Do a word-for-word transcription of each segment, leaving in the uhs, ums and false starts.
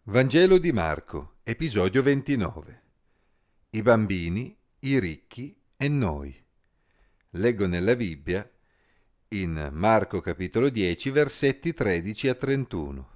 Vangelo di Marco, episodio ventinove. I bambini, i ricchi e noi. Leggo nella Bibbia in Marco capitolo dieci, versetti tredici a trentuno.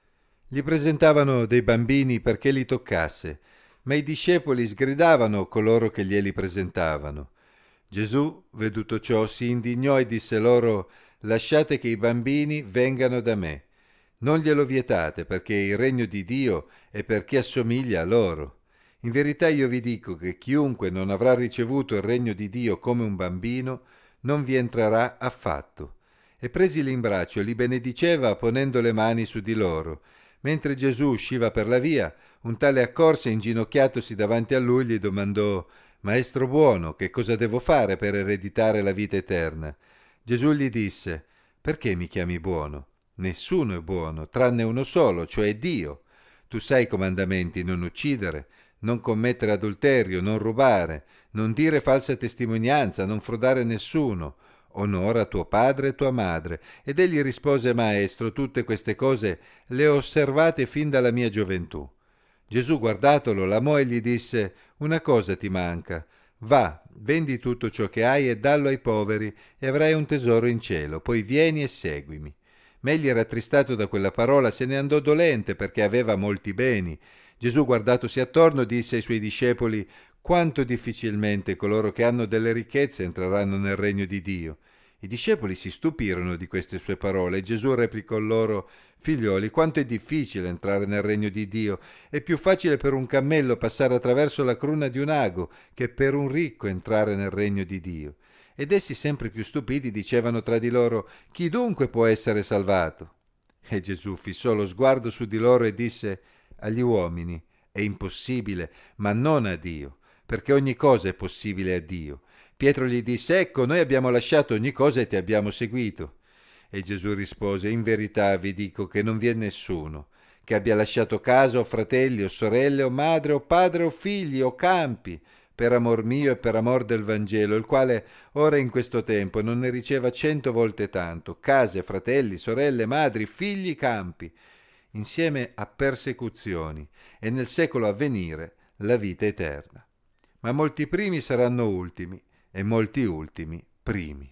Gli presentavano dei bambini perché li toccasse, ma i discepoli sgridavano coloro che glieli presentavano. Gesù, veduto ciò, si indignò e disse loro: «Lasciate che i bambini vengano da me. Non glielo vietate, perché il regno di Dio è per chi assomiglia a loro. In verità io vi dico che chiunque non avrà ricevuto il regno di Dio come un bambino, non vi entrerà affatto». E presili in braccio li benediceva ponendo le mani su di loro. Mentre Gesù usciva per la via, un tale accorse, inginocchiatosi davanti a lui, gli domandò: «Maestro buono, che cosa devo fare per ereditare la vita eterna?» Gesù gli disse: «Perché mi chiami buono? Nessuno è buono, tranne uno solo, cioè Dio. Tu sai i comandamenti: non uccidere, non commettere adulterio, non rubare, non dire falsa testimonianza, non frodare nessuno, onora tuo padre e tua madre». Ed egli rispose: «Maestro, tutte queste cose le ho osservate fin dalla mia gioventù». Gesù, guardatolo, l'amò e gli disse: «Una cosa ti manca. Va, vendi tutto ciò che hai e dallo ai poveri e avrai un tesoro in cielo, poi vieni e seguimi». Ma egli, rattristato da quella parola, se ne andò dolente perché aveva molti beni. Gesù, guardatosi attorno, disse ai suoi discepoli: «Quanto difficilmente coloro che hanno delle ricchezze entreranno nel regno di Dio». I discepoli si stupirono di queste sue parole e Gesù replicò loro: «Figlioli, quanto è difficile entrare nel regno di Dio! È più facile per un cammello passare attraverso la cruna di un ago che per un ricco entrare nel regno di Dio». Ed essi, sempre più stupiti, dicevano tra di loro: «Chi dunque può essere salvato?» E Gesù fissò lo sguardo su di loro e disse: «Agli uomini è impossibile, ma non a Dio, perché ogni cosa è possibile a Dio». Pietro gli disse: «Ecco, noi abbiamo lasciato ogni cosa e ti abbiamo seguito». E Gesù rispose: «In verità vi dico che non vi è nessuno che abbia lasciato casa o fratelli o sorelle o madre o padre o figli o campi per amor mio e per amor del Vangelo, il quale ora in questo tempo non ne riceva cento volte tanto, case, fratelli, sorelle, madri, figli, campi, insieme a persecuzioni, e nel secolo a venire la vita eterna. Ma molti primi saranno ultimi e molti ultimi primi».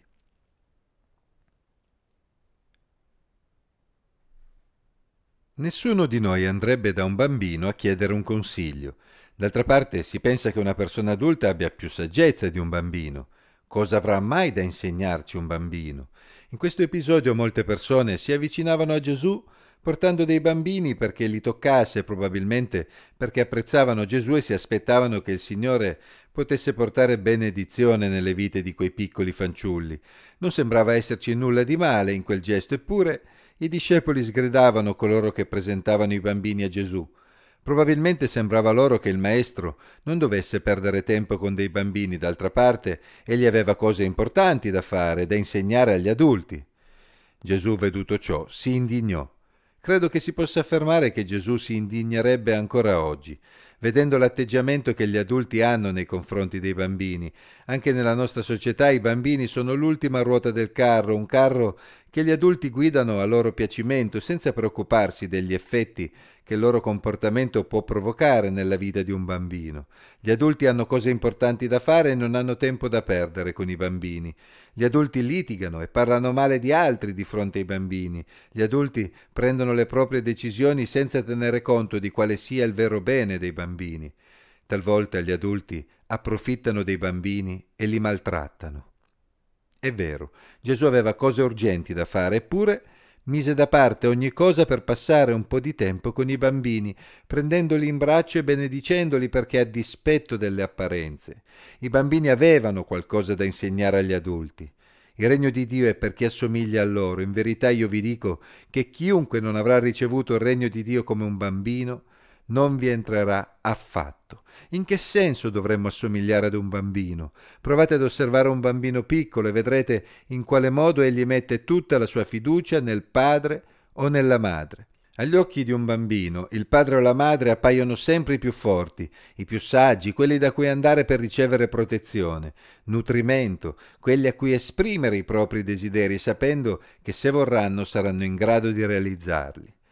Nessuno di noi andrebbe da un bambino a chiedere un consiglio. D'altra parte si pensa che una persona adulta abbia più saggezza di un bambino. Cosa avrà mai da insegnarci un bambino? In questo episodio molte persone si avvicinavano a Gesù portando dei bambini perché li toccasse, probabilmente perché apprezzavano Gesù e si aspettavano che il Signore potesse portare benedizione nelle vite di quei piccoli fanciulli. Non sembrava esserci nulla di male in quel gesto, eppure i discepoli sgridavano coloro che presentavano i bambini a Gesù. Probabilmente sembrava loro che il maestro non dovesse perdere tempo con dei bambini, d'altra parte egli aveva cose importanti da fare, da insegnare agli adulti. Gesù, veduto ciò, si indignò. Credo che si possa affermare che Gesù si indignerebbe ancora oggi, vedendo l'atteggiamento che gli adulti hanno nei confronti dei bambini. Anche nella nostra società i bambini sono l'ultima ruota del carro, un carro che gli adulti guidano a loro piacimento, senza preoccuparsi degli effetti che il loro comportamento può provocare nella vita di un bambino. Gli adulti hanno cose importanti da fare e non hanno tempo da perdere con i bambini. Gli adulti litigano e parlano male di altri di fronte ai bambini. Gli adulti prendono le proprie decisioni senza tenere conto di quale sia il vero bene dei bambini. Talvolta gli adulti approfittano dei bambini e li maltrattano. È vero, Gesù aveva cose urgenti da fare, eppure mise da parte ogni cosa per passare un po' di tempo con i bambini, prendendoli in braccio e benedicendoli, perché, a dispetto delle apparenze, i bambini avevano qualcosa da insegnare agli adulti. Il regno di Dio è per chi assomiglia a loro. In verità io vi dico che chiunque non avrà ricevuto il regno di Dio come un bambino non vi entrerà affatto. In che senso dovremmo assomigliare ad un bambino? Provate ad osservare un bambino piccolo e vedrete in quale modo egli mette tutta la sua fiducia nel padre o nella madre. Agli occhi di un bambino il padre o la madre appaiono sempre i più forti, i più saggi, quelli da cui andare per ricevere protezione, nutrimento, quelli a cui esprimere i propri desideri, sapendo che se vorranno saranno in grado di realizzarli.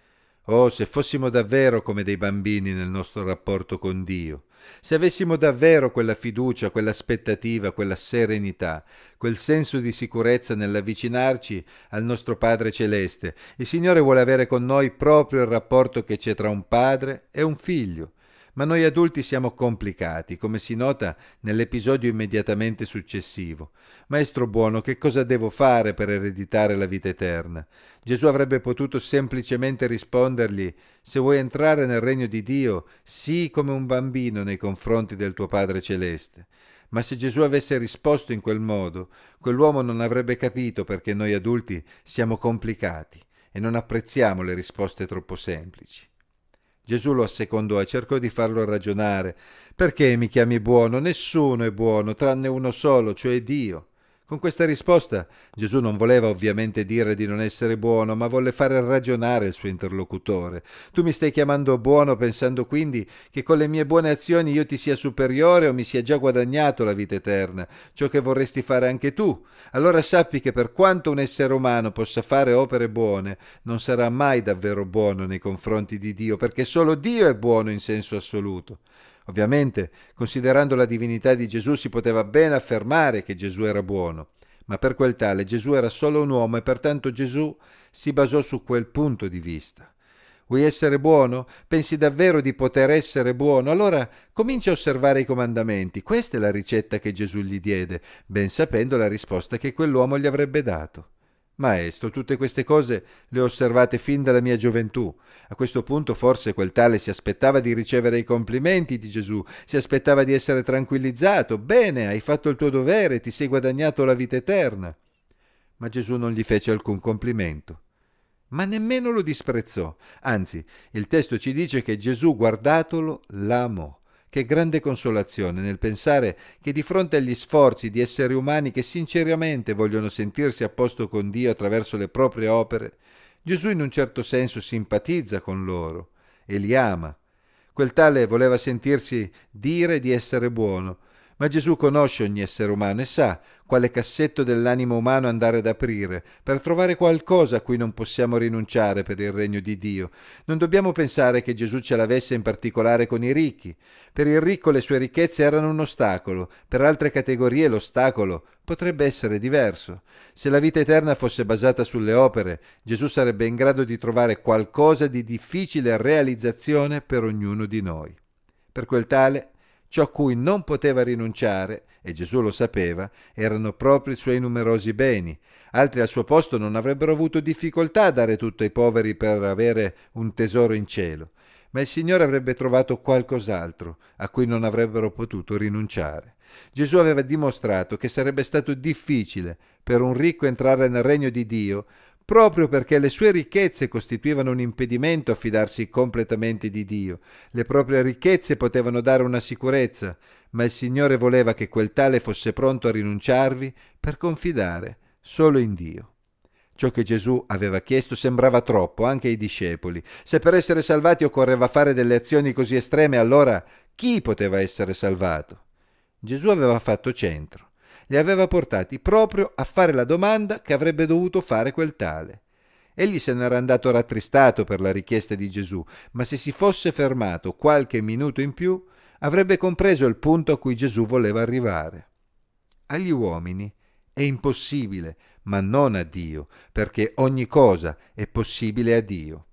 Oh, se fossimo davvero come dei bambini nel nostro rapporto con Dio, se avessimo davvero quella fiducia, quell'aspettativa, quella serenità, quel senso di sicurezza nell'avvicinarci al nostro Padre Celeste. Il Signore vuole avere con noi proprio il rapporto che c'è tra un padre e un figlio. Ma noi adulti siamo complicati, come si nota nell'episodio immediatamente successivo. Maestro buono, che cosa devo fare per ereditare la vita eterna? Gesù avrebbe potuto semplicemente rispondergli: se vuoi entrare nel regno di Dio, sii come un bambino nei confronti del tuo Padre Celeste. Ma se Gesù avesse risposto in quel modo, quell'uomo non avrebbe capito perché noi adulti siamo complicati e non apprezziamo le risposte troppo semplici. Gesù lo assecondò e cercò di farlo ragionare. Perché mi chiami buono? Nessuno è buono, tranne uno solo, cioè Dio. Con questa risposta Gesù non voleva ovviamente dire di non essere buono, ma volle fare ragionare il suo interlocutore. Tu mi stai chiamando buono pensando quindi che con le mie buone azioni io ti sia superiore o mi sia già guadagnato la vita eterna, ciò che vorresti fare anche tu. Allora sappi che per quanto un essere umano possa fare opere buone, non sarà mai davvero buono nei confronti di Dio, perché solo Dio è buono in senso assoluto. Ovviamente, considerando la divinità di Gesù, si poteva ben affermare che Gesù era buono, ma per quel tale Gesù era solo un uomo e pertanto Gesù si basò su quel punto di vista. Vuoi essere buono? Pensi davvero di poter essere buono? Allora comincia a osservare i comandamenti. Questa è la ricetta che Gesù gli diede, ben sapendo la risposta che quell'uomo gli avrebbe dato. Maestro, tutte queste cose le ho osservate fin dalla mia gioventù. A questo punto forse quel tale si aspettava di ricevere i complimenti di Gesù, si aspettava di essere tranquillizzato. Bene, hai fatto il tuo dovere, ti sei guadagnato la vita eterna. Ma Gesù non gli fece alcun complimento, ma nemmeno lo disprezzò. Anzi, il testo ci dice che Gesù, guardatolo, l'amò. Che grande consolazione nel pensare che di fronte agli sforzi di esseri umani che sinceramente vogliono sentirsi a posto con Dio attraverso le proprie opere, Gesù in un certo senso simpatizza con loro e li ama. Quel tale voleva sentirsi dire di essere buono, ma Gesù conosce ogni essere umano e sa quale cassetto dell'animo umano andare ad aprire per trovare qualcosa a cui non possiamo rinunciare per il regno di Dio. Non dobbiamo pensare che Gesù ce l'avesse in particolare con i ricchi. Per il ricco le sue ricchezze erano un ostacolo, per altre categorie l'ostacolo potrebbe essere diverso. Se la vita eterna fosse basata sulle opere, Gesù sarebbe in grado di trovare qualcosa di difficile realizzazione per ognuno di noi. Per quel tale, ciò a cui non poteva rinunciare, e Gesù lo sapeva, erano proprio i suoi numerosi beni. Altri al suo posto non avrebbero avuto difficoltà a dare tutto ai poveri per avere un tesoro in cielo, ma il Signore avrebbe trovato qualcos'altro a cui non avrebbero potuto rinunciare. Gesù aveva dimostrato che sarebbe stato difficile per un ricco entrare nel regno di Dio proprio perché le sue ricchezze costituivano un impedimento a fidarsi completamente di Dio. Le proprie ricchezze potevano dare una sicurezza, ma il Signore voleva che quel tale fosse pronto a rinunciarvi per confidare solo in Dio. Ciò che Gesù aveva chiesto sembrava troppo anche ai discepoli. Se per essere salvati occorreva fare delle azioni così estreme, allora chi poteva essere salvato? Gesù aveva fatto centro. Li aveva portati proprio a fare la domanda che avrebbe dovuto fare quel tale. Egli se n'era andato rattristato per la richiesta di Gesù, ma se si fosse fermato qualche minuto in più, avrebbe compreso il punto a cui Gesù voleva arrivare. Agli uomini è impossibile, ma non a Dio, perché ogni cosa è possibile a Dio.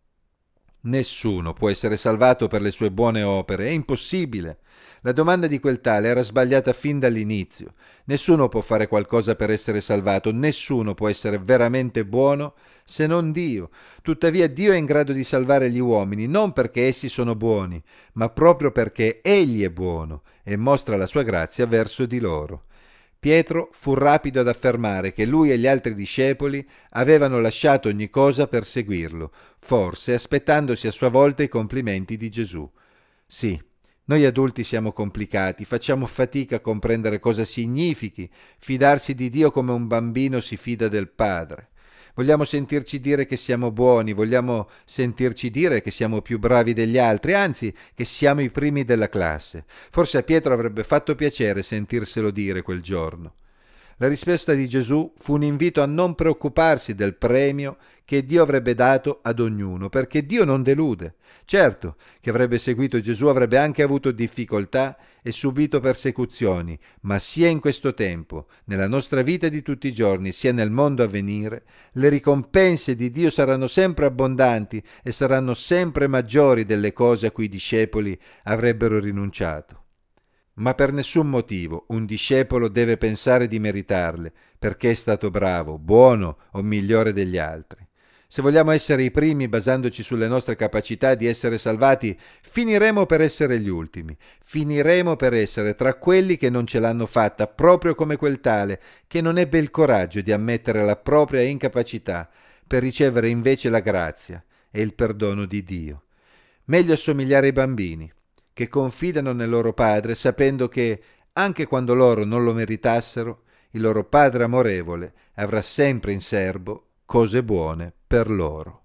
Nessuno può essere salvato per le sue buone opere, è impossibile. La domanda di quel tale era sbagliata fin dall'inizio. Nessuno può fare qualcosa per essere salvato, nessuno può essere veramente buono se non Dio. Tuttavia Dio è in grado di salvare gli uomini, non perché essi sono buoni, ma proprio perché Egli è buono e mostra la sua grazia verso di loro. Pietro fu rapido ad affermare che lui e gli altri discepoli avevano lasciato ogni cosa per seguirlo, forse aspettandosi a sua volta i complimenti di Gesù. Sì, noi adulti siamo complicati, facciamo fatica a comprendere cosa significhi fidarsi di Dio come un bambino si fida del padre. Vogliamo sentirci dire che siamo buoni, vogliamo sentirci dire che siamo più bravi degli altri, anzi che siamo i primi della classe. Forse a Pietro avrebbe fatto piacere sentirselo dire quel giorno. La risposta di Gesù fu un invito a non preoccuparsi del premio che Dio avrebbe dato ad ognuno, perché Dio non delude. Certo, chi avrebbe seguito Gesù avrebbe anche avuto difficoltà e subito persecuzioni, ma sia in questo tempo, nella nostra vita di tutti i giorni, sia nel mondo a venire, le ricompense di Dio saranno sempre abbondanti e saranno sempre maggiori delle cose a cui i discepoli avrebbero rinunciato. Ma per nessun motivo un discepolo deve pensare di meritarle, perché è stato bravo, buono o migliore degli altri. Se vogliamo essere i primi basandoci sulle nostre capacità di essere salvati, finiremo per essere gli ultimi, finiremo per essere tra quelli che non ce l'hanno fatta, proprio come quel tale che non ebbe il coraggio di ammettere la propria incapacità per ricevere invece la grazia e il perdono di Dio. Meglio assomigliare ai bambini, che confidano nel loro padre sapendo che, anche quando loro non lo meritassero, il loro padre amorevole avrà sempre in serbo cose buone per loro.